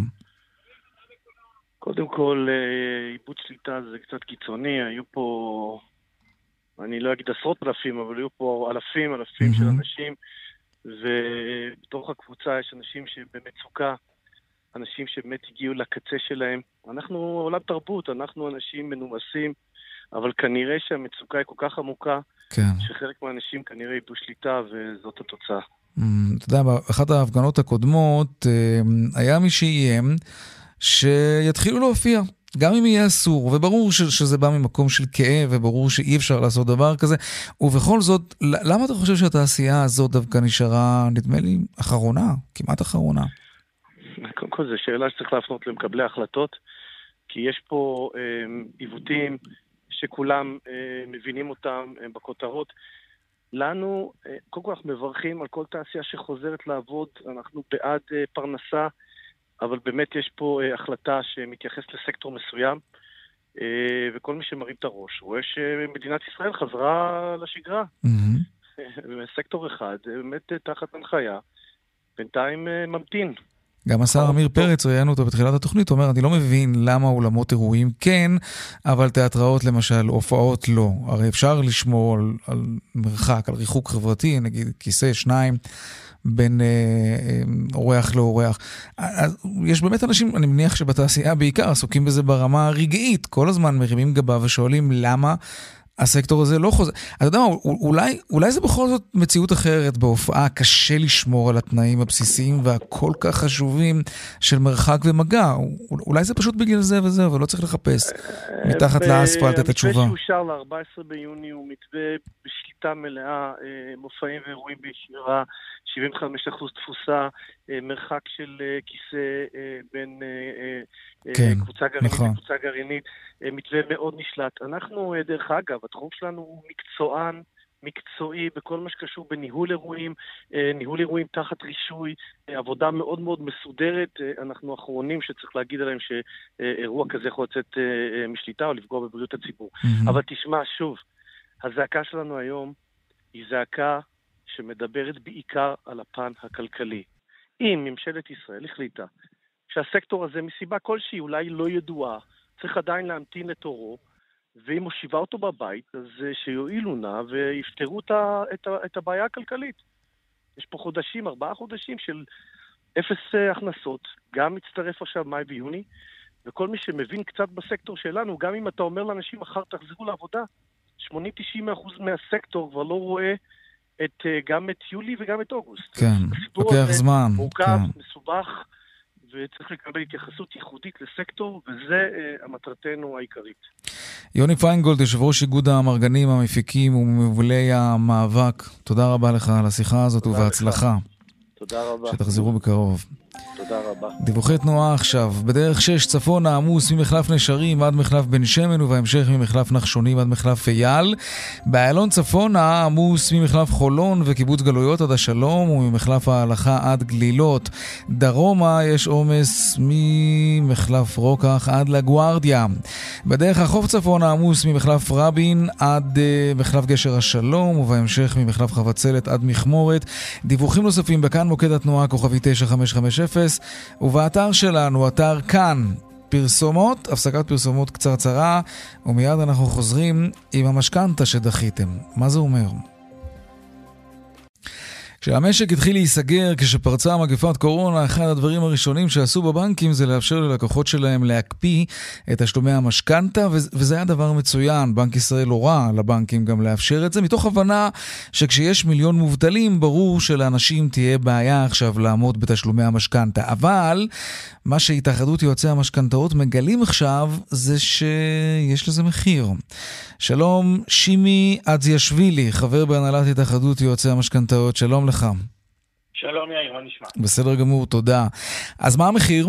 קודם כל, איבוד שליטה זה קצת קיצוני. היו פה, אני לא אגיד עשרות אלפים, אבל היו פה אלפים של אנשים, ובתוך הקבוצה יש אנשים שבמצוקה, אנשים שבאמת הגיעו לקצה שלהם. אנחנו עולם תרבות, אנחנו אנשים מנומסים, אבל כנראה שהמצוקה היא כל כך עמוקה, שחלק מהאנשים כנראה איבדו שליטה, וזאת התוצאה. אתה יודע, באחת ההפגנות הקודמות היה מי שאיים שיתחילו להופיע. גם אם יהיה אסור, וברור שזה בא ממקום של כאב, וברור שאי אפשר לעשות דבר כזה, ובכל זאת, למה אתה חושב שהתעשייה הזאת דווקא נשארה, נדמה לי, אחרונה, כמעט אחרונה? קודם כל, זו שאלה שצריך להפנות למקבלי החלטות, כי יש פה עיוותים שכולם מבינים אותם בכותרות. לנו, קודם כל אנחנו מברכים על כל תעשייה שחוזרת לעבוד, אנחנו בעד פרנסה, אבל באמת יש פה החלטה שמתייחסת לסקטור מסוים, וכל מי שמרים את הראש רואה שמדינת ישראל חזרה לשגרה. סקטור אחד, באמת תחת הנחיה, בינתיים ממתין. גם השר עמיר פרץ ראיינו אותו בתחילת התוכנית, הוא אומר, אני לא מבין למה אולמות אירועים כן, אבל תיאטראות למשל, הופעות לא. הרי אפשר לשמור על מרחק, על ריחוק חברתי, נגיד כיסא, 2, בין אורח לאורח. אז יש באמת אנשים, אני מניח שבתעשייה בעיקר, עסוקים בזה ברמה הרגעית, כל הזמן מרימים גבה ושואלים למה הסקטור הזה לא חוזר. אתה יודע מה, אולי זה בכל זאת מציאות אחרת בהופעה, קשה לשמור על התנאים הבסיסיים והכל כך חשובים של מרחק ומגע. אולי זה פשוט בגלל זה וזהו, ולא צריך לחפש מתחת לאספלט את התשובה. המתווה שאושר ל-14 ביוני הוא מתווה בשליטה מלאה, מופעים ואירועים בישירה, 75% תפוסה, מרחק של כיסא בין קבוצה גרעינית לקבוצה גרעינית, מתווה מאוד נשלט. אנחנו, דרך אגב, התחום שלנו הוא מקצועי בכל מה שקשור בניהול אירועים, ניהול אירועים תחת רישוי, עבודה מאוד מאוד מסודרת. אנחנו האחרונים שצריך להגיד עליהם שאירוע כזה יכול לצאת משליטה או לפגוע בבריאות הציבור. אבל תשמע, שוב, הזעקה שלנו היום היא זעקה שמדברת בעיקר על הפן הכלכלי. אם ממשלת ישראל החליטה שהסקטור הזה מסיבה כלשהי אולי לא ידועה, צריך עדיין להמתין לתורו, ואם מושיבה אותו בבית, אז שיועילו נא ויפתרו את הבעיה הכלכלית. יש פה 4 חודשים של 0 הכנסות, גם מצטרף עכשיו מאי ויוני, וכל מי שמבין קצת בסקטור שלנו, גם אם אתה אומר לאנשים מחר תחזרו לעבודה, 80-90% מהסקטור כבר לא רואה גם את יולי וגם את אוגוסט. כן, לוקח זמן. מורכב, מסובך, וצריך לקבל התייחסות ייחודית לסקטור, וזה המטרתנו העיקרית. יוני פיינגולד, יושב ראש איגוד המארגנים, המפיקים ומובילי המאבק, תודה רבה לך על השיחה הזאת ובהצלחה. תודה רבה. שתחזרו בקרוב. תודה רבה. דיווחי תנועה עכשיו. בדרך 6 צפונה עמוס ממחלף נשרים עד מחלף בן שמן, ובהמשך ממחלף נחשונים עד מחלף אייל. באיילון צפונה עמוס ממחלף חולון וקיבוץ גלויות עד השלום, וממחלף ההלכה עד גלילות. דרומה יש עומס ממחלף רוקח עד לגוארדיה. בדרך החוף צפונה עמוס ממחלף רבין עד מחלף גשר השלום, ובהמשך ממחלף חבצלת עד מחמורת. דיווחים נוספים בכאן מוקד התנועה כוכבי 9550, ובאתר שלנו, אתר כאן, פרסומות, הפסקת פרסומות קצרצרה, ומיד אנחנו חוזרים עם המשכנתה שדחיתם. מה זה אומר? כשהמשק התחיל להיסגר, כשפרצה מגפת קורונה, אחד הדברים הראשונים שעשו בבנקים זה לאפשר ללקוחות שלהם להקפיא את תשלומי המשכנתה, וזה היה דבר מצוין. בנק ישראל הורה לבנקים גם לאפשר את זה, מתוך הבנה שכשיש מיליון מובטלים, ברור שלאנשים תהיה בעיה עכשיו לעמוד בתשלומי המשכנתה. אבל מה שהתאחדות יועצי המשכנתאות מגלים עכשיו זה שיש לזה מחיר. שלום, שימי אדזיאשווילי, חבר בהנהלת התאחדות יועצי המשכנתאות. שלום לך. שלום יאיר, מה נשמע? בסדר גמור, תודה. אז מה המחיר?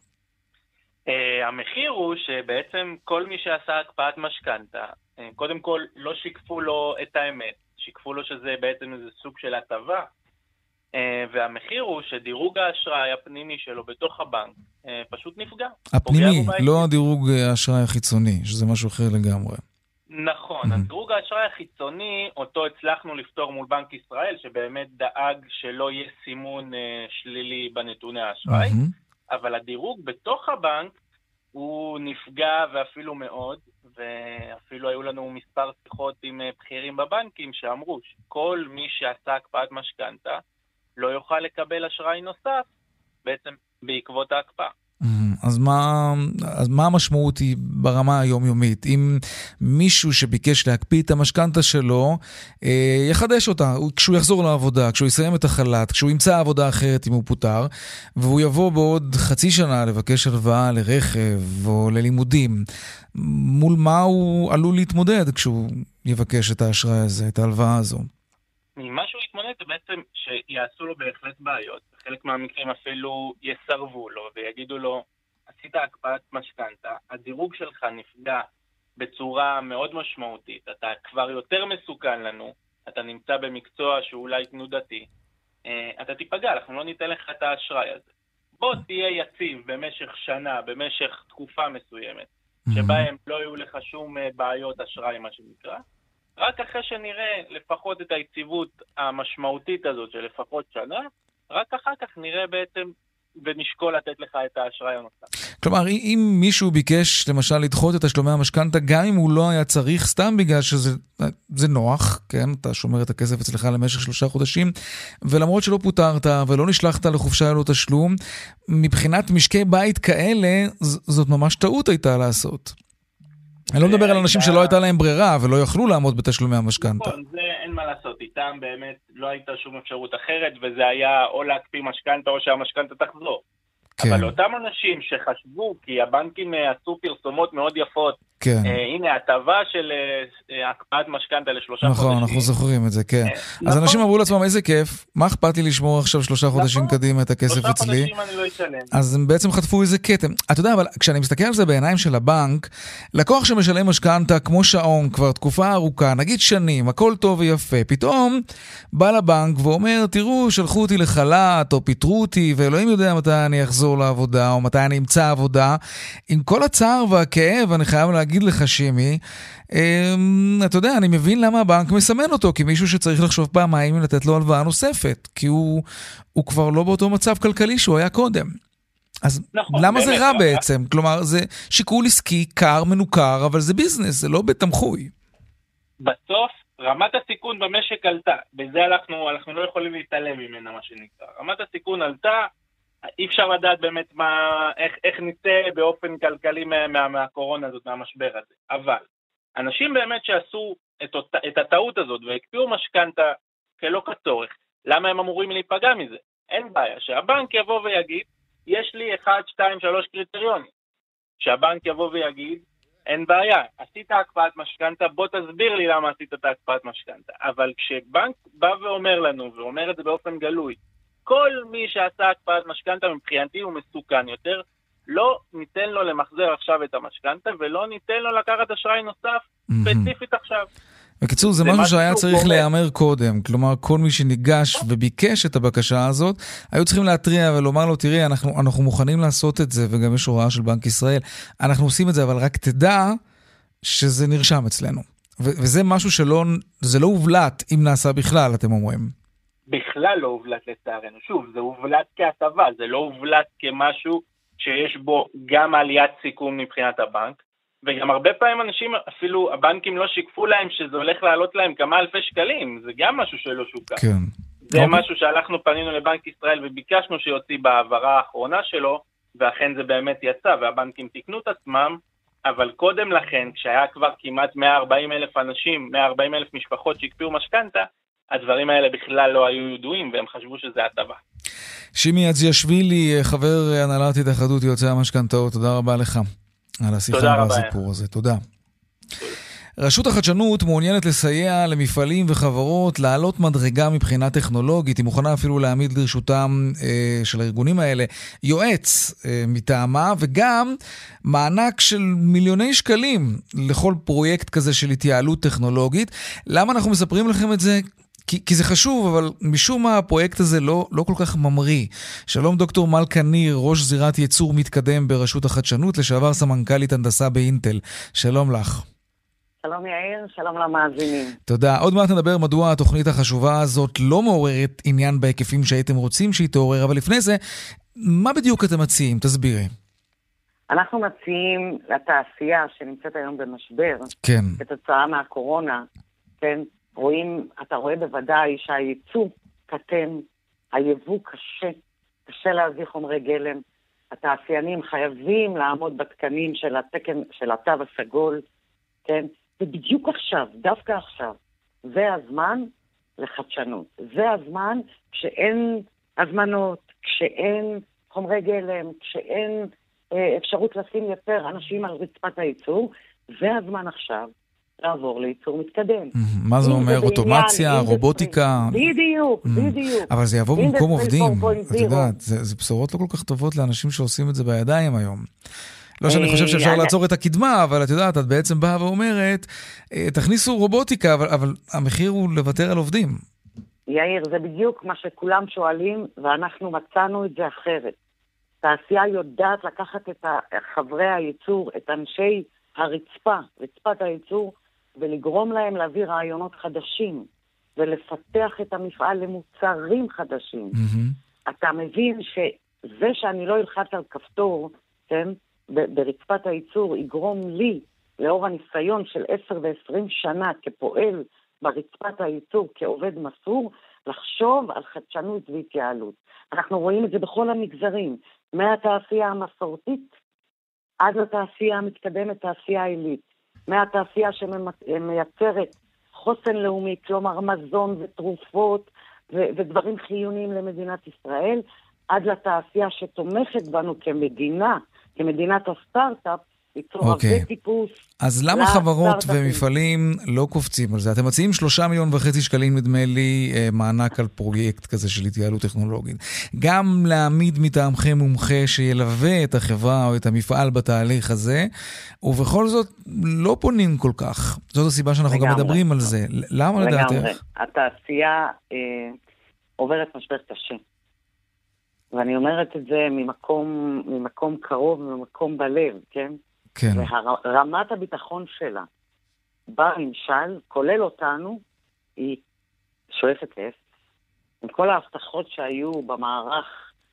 המחיר הוא שבעצם כל מי שעשה הקפאת משכנתה, קודם כל לא שיקפו לו את האמת, שיקפו לו שזה בעצם איזה סוג של הטבה, והמחיר הוא שדירוג האשראי הפנימי שלו בתוך הבנק פשוט נפגע. הפנימי, לא הדירוג האשראי החיצוני, שזה משהו אחר לגמרי. נכון, הדירוג האשראי החיצוני, אותו הצלחנו לפתור מול בנק ישראל, שבאמת דאג שלא יהיה סימון שלילי בנתוני האשראי, אבל הדירוג בתוך הבנק הוא נפגע ואפילו מאוד, ואפילו היו לנו מספר שיחות עם בכירים בבנקים שאמרו שכל מי שעשה הקפאת משכנתה לא יוכל לקבל אשראי נוסף בעצם בעקבות ההקפאה. אז מה המשמעות היא ברמה היומיומית? אם מישהו שביקש להקפיא את המשכנתה שלו, יחדש אותה, כשהוא יחזור לעבודה, כשהוא יסיים את החל"ת, כשהוא ימצא עבודה אחרת אם הוא פוטר, והוא יבוא בעוד חצי שנה לבקש הלוואה לרכב או ללימודים, מול מה הוא עלול להתמודד כשהוא יבקש את האשראי הזה, את ההלוואה הזו? ממה שהוא יתמודד זה בעצם שיעשו לו בהחלט בעיות. בחלק מהמקרים אפילו יסרבו לו ויגידו לו, עשית הקפאת משכנתה, הדירוג שלך נפגע בצורה מאוד משמעותית, אתה כבר יותר מסוכן לנו, אתה נמצא במקצוע שאולי תנודתי, אתה תיפגע, אנחנו לא ניתן לך את האשראי הזה. בוא תהיה יציב במשך שנה, במשך תקופה מסוימת, שבהם לא יהיו לך שום בעיות אשראי, מה שנקרא, רק אחרי שנראה לפחות את היציבות המשמעותית הזאת של לפחות שנה, רק אחר כך נראה בעצם ונשקול לתת לך את האשראי הנוסף. כלומר, אם מישהו ביקש למשל לדחות את תשלומי המשכנתה, גם אם הוא לא היה צריך, סתם בגלל שזה נוח, כן? אתה שומר את הכסף אצלך למשך 3 חודשים, ולמרות שלא פוטרת ולא נשלחת לחופשה ללא תשלום, מבחינת משקי בית כאלה, זאת ממש טעות הייתה לעשות. אני לא מדבר על אנשים שלא הייתה להם ברירה ולא יכלו לעמוד בתשלומי המשכנתה. נכון, זה אין מה לעשות. איתם באמת לא הייתה שום אפשרות אחרת, וזה היה או להקפיא משכנתה או שהמשכנתה תחזור. כן. אבל אותם אנשים שחשבו, כי הבנקים עשו פרסומות מאוד יפות, כן. הנה הטבה של הקפאת משכנתה ל3 חודשים. נכון, אנחנו זוכרים את זה, כן. אז אנשים אמרו לעצמם, איזה כיף, מה אכפת לי לשמור עכשיו 3 חודשים קדימה את הכסף אצלי? 3 חודשים אני לא אשלם. אז הם בעצם חטפו איזה קטם. אתה יודע, אבל כשאני מסתכל על זה בעיניים של הבנק, לקוח שמשלם משכנתה כמו שעון כבר תקופה ארוכה, נגיד שנים, הכל טוב ויפה, פתאום בא לבנק ואומר, תראו, שלחו אותי לחל"ת או פיטרו אותי, ואלוהים יודע מתי אני אחזור לעבודה או מתי אני אמצא עבודה. עם כל הצער והכאב, אני חייב להגיד לך, שימי, אתה יודע, אני מבין למה הבנק מסמן אותו, כי מישהו שצריך לחשוב פעמיים אם לתת לו הלוואה נוספת, כי הוא כבר לא באותו מצב כלכלי שהוא היה קודם. אז נכון, למה זה רע בעצם? כלומר, זה שיקול עסקי, קר, מנוכר, אבל זה ביזנס, זה לא בתמחוי. בסוף, רמת הסיכון במשק עלתה. בזה אנחנו לא יכולים להתעלם ממנה, מה שנקרא. רמת הסיכון עלתה, אי אפשר לדעת באמת איך נצא באופן כלכלי מהקורונה הזאת, מהמשבר הזה. אבל אנשים באמת שעשו את הטעות הזאת והקפיאו משכנתה כלא כצורך, למה הם אמורים להיפגע מזה? אין בעיה. שהבנק יבוא ויגיד, יש לי 1, 2, 3 קריטריונים. שהבנק יבוא ויגיד, אין בעיה, עשית הקפאת משכנתה, בוא תסביר לי למה עשית את הקפאת משכנתה. אבל כשבנק בא ואומר לנו, ואומר את זה באופן גלוי, כל מי שעשה הקפאת משכנתה מבחינתי הוא מסוכן יותר, לא ניתן לו למחזר עכשיו את המשכנתה, ולא ניתן לו לקחת אשראי נוסף ספציפית עכשיו. בקיצור, זה משהו שהיה צריך להיאמר קודם. כלומר, כל מי שניגש וביקש את הבקשה הזאת, היו צריכים להטריע ולומר לו, תראי, אנחנו מוכנים לעשות את זה, וגם יש הוראה של בנק ישראל, אנחנו עושים את זה, אבל רק תדע שזה נרשם אצלנו. וזה משהו זה לא הובלט, אם נעשה בכלל, אתם אומרים. בכלל לא הובלט לצערנו. שוב, זה הובלט כהטבה, זה לא הובלט כמשהו שיש בו גם עליית סיכון מבחינת הבנק, וגם הרבה פעמים אנשים, אפילו הבנקים לא שיקפו להם שזה הולך לעלות להם כמה אלפי שקלים, זה גם משהו שלא שוקע. כן. זה משהו שהלכנו פנינו לבנק ישראל וביקשנו שיוציא בעברה האחרונה שלו, ואכן זה באמת יצא, והבנקים תקנו את עצמם, אבל קודם לכן, כשהיה כבר כמעט 140,000 אנשים, 140,000 משפחות שהקפיאו משכנתה, הדברים האלה בכלל לא היו ידועים, והם חשבו שזה הטבה. שימי אדזיאשווילי, חבר הנהלת התאחדות יועצי המשכנתאות, תודה רבה לך על השיחה והסיפור הזה. תודה. רשות החדשנות מעוניינת לסייע למפעלים וחברות לעלות מדרגה מבחינה טכנולוגית, היא מוכנה אפילו להעמיד לרשותם של הארגונים האלה יועץ מטעמה, וגם מענק של מיליוני שקלים לכל פרויקט כזה של התייעלות טכנולוגית. למה אנחנו מספרים לכם את זה? כי זה חשוב, אבל משום מה הפרויקט הזה לא כל כך ממריא. שלום דוקטור מלכה ניר, ראש זירת ייצור מתקדם ברשות החדשנות, לשעבר סמנכ"לית הנדסה באינטל. שלום לך. שלום יאיר, שלום למאזינים. תודה. עוד מעט נדבר מדוע התוכנית החשובה הזאת לא מעוררת עניין בהיקפים שהייתם רוצים שהיא תעורר, אבל לפני זה, מה בדיוק אתם מציעים? תסבירי. אנחנו מציעים לתעשייה שנמצאת היום במשבר, כן. כתוצאה מהקורונה, כן, אתה רואה בוודאי שהייצוא קטן, היבוא קשה להביא חומרי גלם, התעשיינים חייבים לעמוד בתקנים של התקן, של התו הסגול, כן? ובדיוק עכשיו, דווקא עכשיו, זה הזמן לחדשנות. זה הזמן כשאין הזמנות, כשאין חומרי גלם, כשאין אפשרות לשים יותר אנשים על רצפת הייצור, זה הזמן עכשיו לעבור לייצור מתקדם. מה זה אומר? אוטומציה, רובוטיקה? בדיוק, בדיוק. אבל זה יבוא במקום עובדים. את יודעת, זה בשורות לא כל כך טובות לאנשים שעושים את זה בידיים היום. לא שאני חושב שאפשר לעצור את הקדמה, אבל את יודעת, את בעצם באה ואומרת, תכניסו רובוטיקה, אבל המחיר הוא לוותר על עובדים. יאיר, זה בדיוק מה שכולם שואלים, ואנחנו מצאנו את זה אחרת. תעשייה יודעת לקחת את חברי הייצור, את אנשי הרצפה, רצפת הייצור, ולגרום להם להביא רעיונות חדשים, ולפתח את המפעל למוצרים חדשים. אתה מבין שזה שאני לא אלחץ על כפתור, כן, ברצפת הייצור, יגרום לי, לאור הניסיון של 10 ו-20 שנה כפועל ברצפת הייצור, כעובד מסור, לחשוב על חדשנות והתייעלות. אנחנו רואים את זה בכל המגזרים, מהתעשייה המסורתית עד לתעשייה המתקדמת, תעשייה העילית, מהתעשייה שמייצרת חוסן לאומי, כלומר מזון ותרופות ודברים חיוניים למדינת ישראל, עד לתעשייה שתומכת בנו כמדינת הסטארט-אפ, ליצור הרבה טיפוס. אז למה חברות ומפעלים לא קופצים על זה? אתם מציעים 3.5 מיליון שקלים, נדמה לי, מענק על פרויקט כזה של התייעלות טכנולוגית. גם להעמיד מטעמכם מומחה שילווה את החברה או את המפעל בתהליך הזה, ובכל זאת לא פונים כל כך. זאת הסיבה שאנחנו גם מדברים על זה. למה לדעתך? התעשייה עוברת משבר קשה. ואני אומרת את זה ממקום קרוב, ממקום בלב, כן? כן. ורמת הביטחון שלה, בממשל, כולל אותנו, היא שואפת לאפס. עם כל ההבטחות שהיו במערך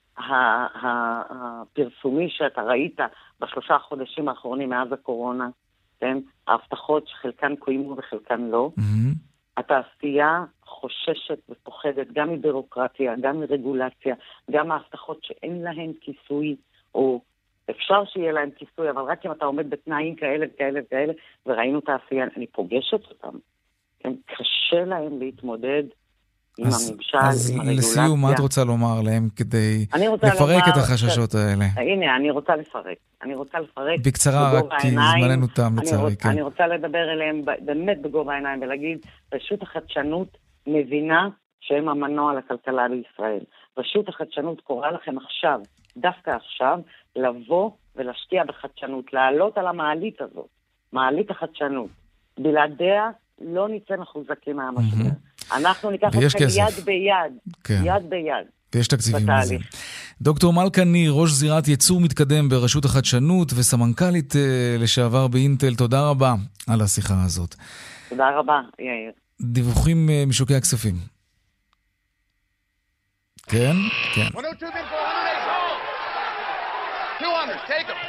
הפרסומי שאתה ראית ב3 חודשים האחרונים מאז הקורונה, כן? ההבטחות שחלקן קוימו וחלקן לא. התעשייה חוששת ופוחדת גם מבירוקרטיה, גם מרגולציה, גם ההבטחות שאין להן כיסוי, או אפשר שיהיה להן כיסוי, אבל רק אם אתה עומד בתנאים כאלה וכאלה וכאלה, וראינו תעשייה, אני פוגשת אותם. כן? קשה להם להתמודד עם הממשל, עם הרגולציה. אז לסיום, מה את רוצה לומר להם כדי לפרק את החששות האלה? הנה, אני רוצה לפרק. בקצרה, רק כי זמננו תם לצערי. אני רוצה לדבר אליהם באמת בגובה העיניים, ולהגיד, רשות החדשנות מבינה שהם המנוע לכלכלה בישראל. רשות החדשנות קוראה לכם עכשיו, דווקא עכשיו, לבוא ולהשקיע בחדשנות, לעלות על המעלית הזאת, מעלית החדשנות. בלעדיה לא נצא מחוזקים מהמשבר. אנחנו ניקח אתכם יד ביד, יד ביד. ויש תקציבים לזה. דוקטור מלכה ניר, ראש זירת ייצור מתקדם ברשות החדשנות וסמנכ"לית לשעבר באינטל, תודה רבה על השיחה הזאת. תודה רבה, יאיר. דיווחים משוקי הכספים. כן? כן. 200, take them.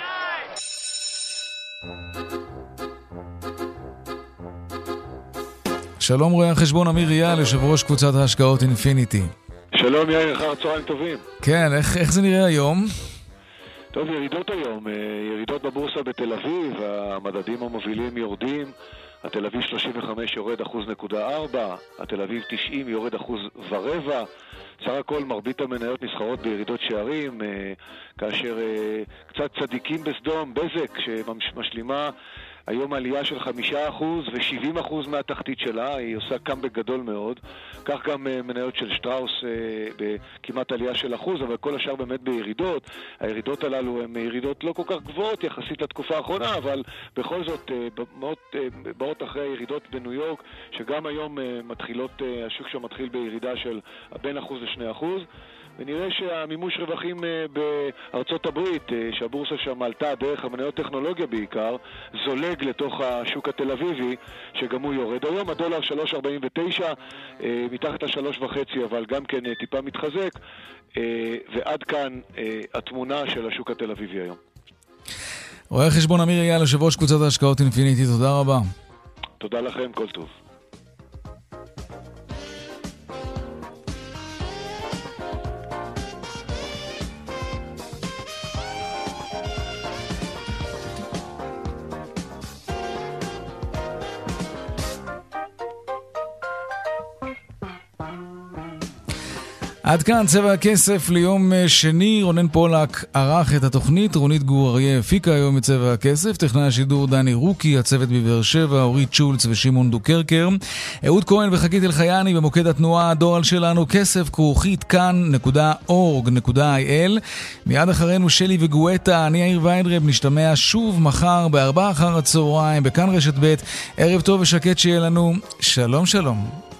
שלום רואה החשבון אמיר אייל, יושב ראש קבוצת ההשקעות אינפיניטי. שלום יאיר, אחר צהריים טובים. כן, איך זה נראה היום? טוב, ירידות היום, ירידות בבורסה בתל אביב, המדדים המובילים יורדים, התל אביב 35 יורד 1.4%, התל אביב 90 יורד 1.25%, סך הכל מרבית המניות נסחרות בירידות שערים, כאשר קצת צדיקים בסדום, בזק שמשלימה היום עלייה של 5% ו70% מהתחתית שלה, היא עושה קאמבק גדול מאוד. כך גם מניות של שטראוס בכמעט עלייה של 1%, אבל כל השאר באמת בירידות. הירידות הללו הן ירידות לא כל כך גבוהות יחסית לתקופה האחרונה, אבל בכל זאת באות אחרי הירידות בניו יורק, שגם היום מתחילות, השוק שם מתחיל בירידה של בין 1% ל2%. ונראה שהמימוש רווחים בארצות הברית, שהבורסה שם עלתה דרך המניות טכנולוגיה בעיקר, זולג לתוך השוק התל אביבי, שגם הוא יורד. היום הדולר 3.49, מתחת ל3.5, אבל גם כן טיפה מתחזק, ועד כאן התמונה של השוק התל אביבי היום. רואה חשבון אמיר אייל, יושב ראש קבוצת ההשקעות אינפיניטי, תודה רבה. תודה לכם, כל טוב. עד כאן צבע הכסף ליום שני. רונן פולק ערך את התוכנית, רונית גור אריה הפיקה היום את צבע הכסף, טכנאי השידור דני רוקי, הצוות בבאר שבע אורית שולץ ושמעון דוקרקר, אהוד כהן וחגית אלחייני. במוקד התנועה הדואל שלנו כסף@כאן.org.il. מיד אחרינו שלי וגואטה. אני יאיר ויינרב, נשתמע שוב מחר ב4 אחר הצהריים בכאן רשת ב'. ערב טוב ושקט שיהיה לנו. שלום שלום.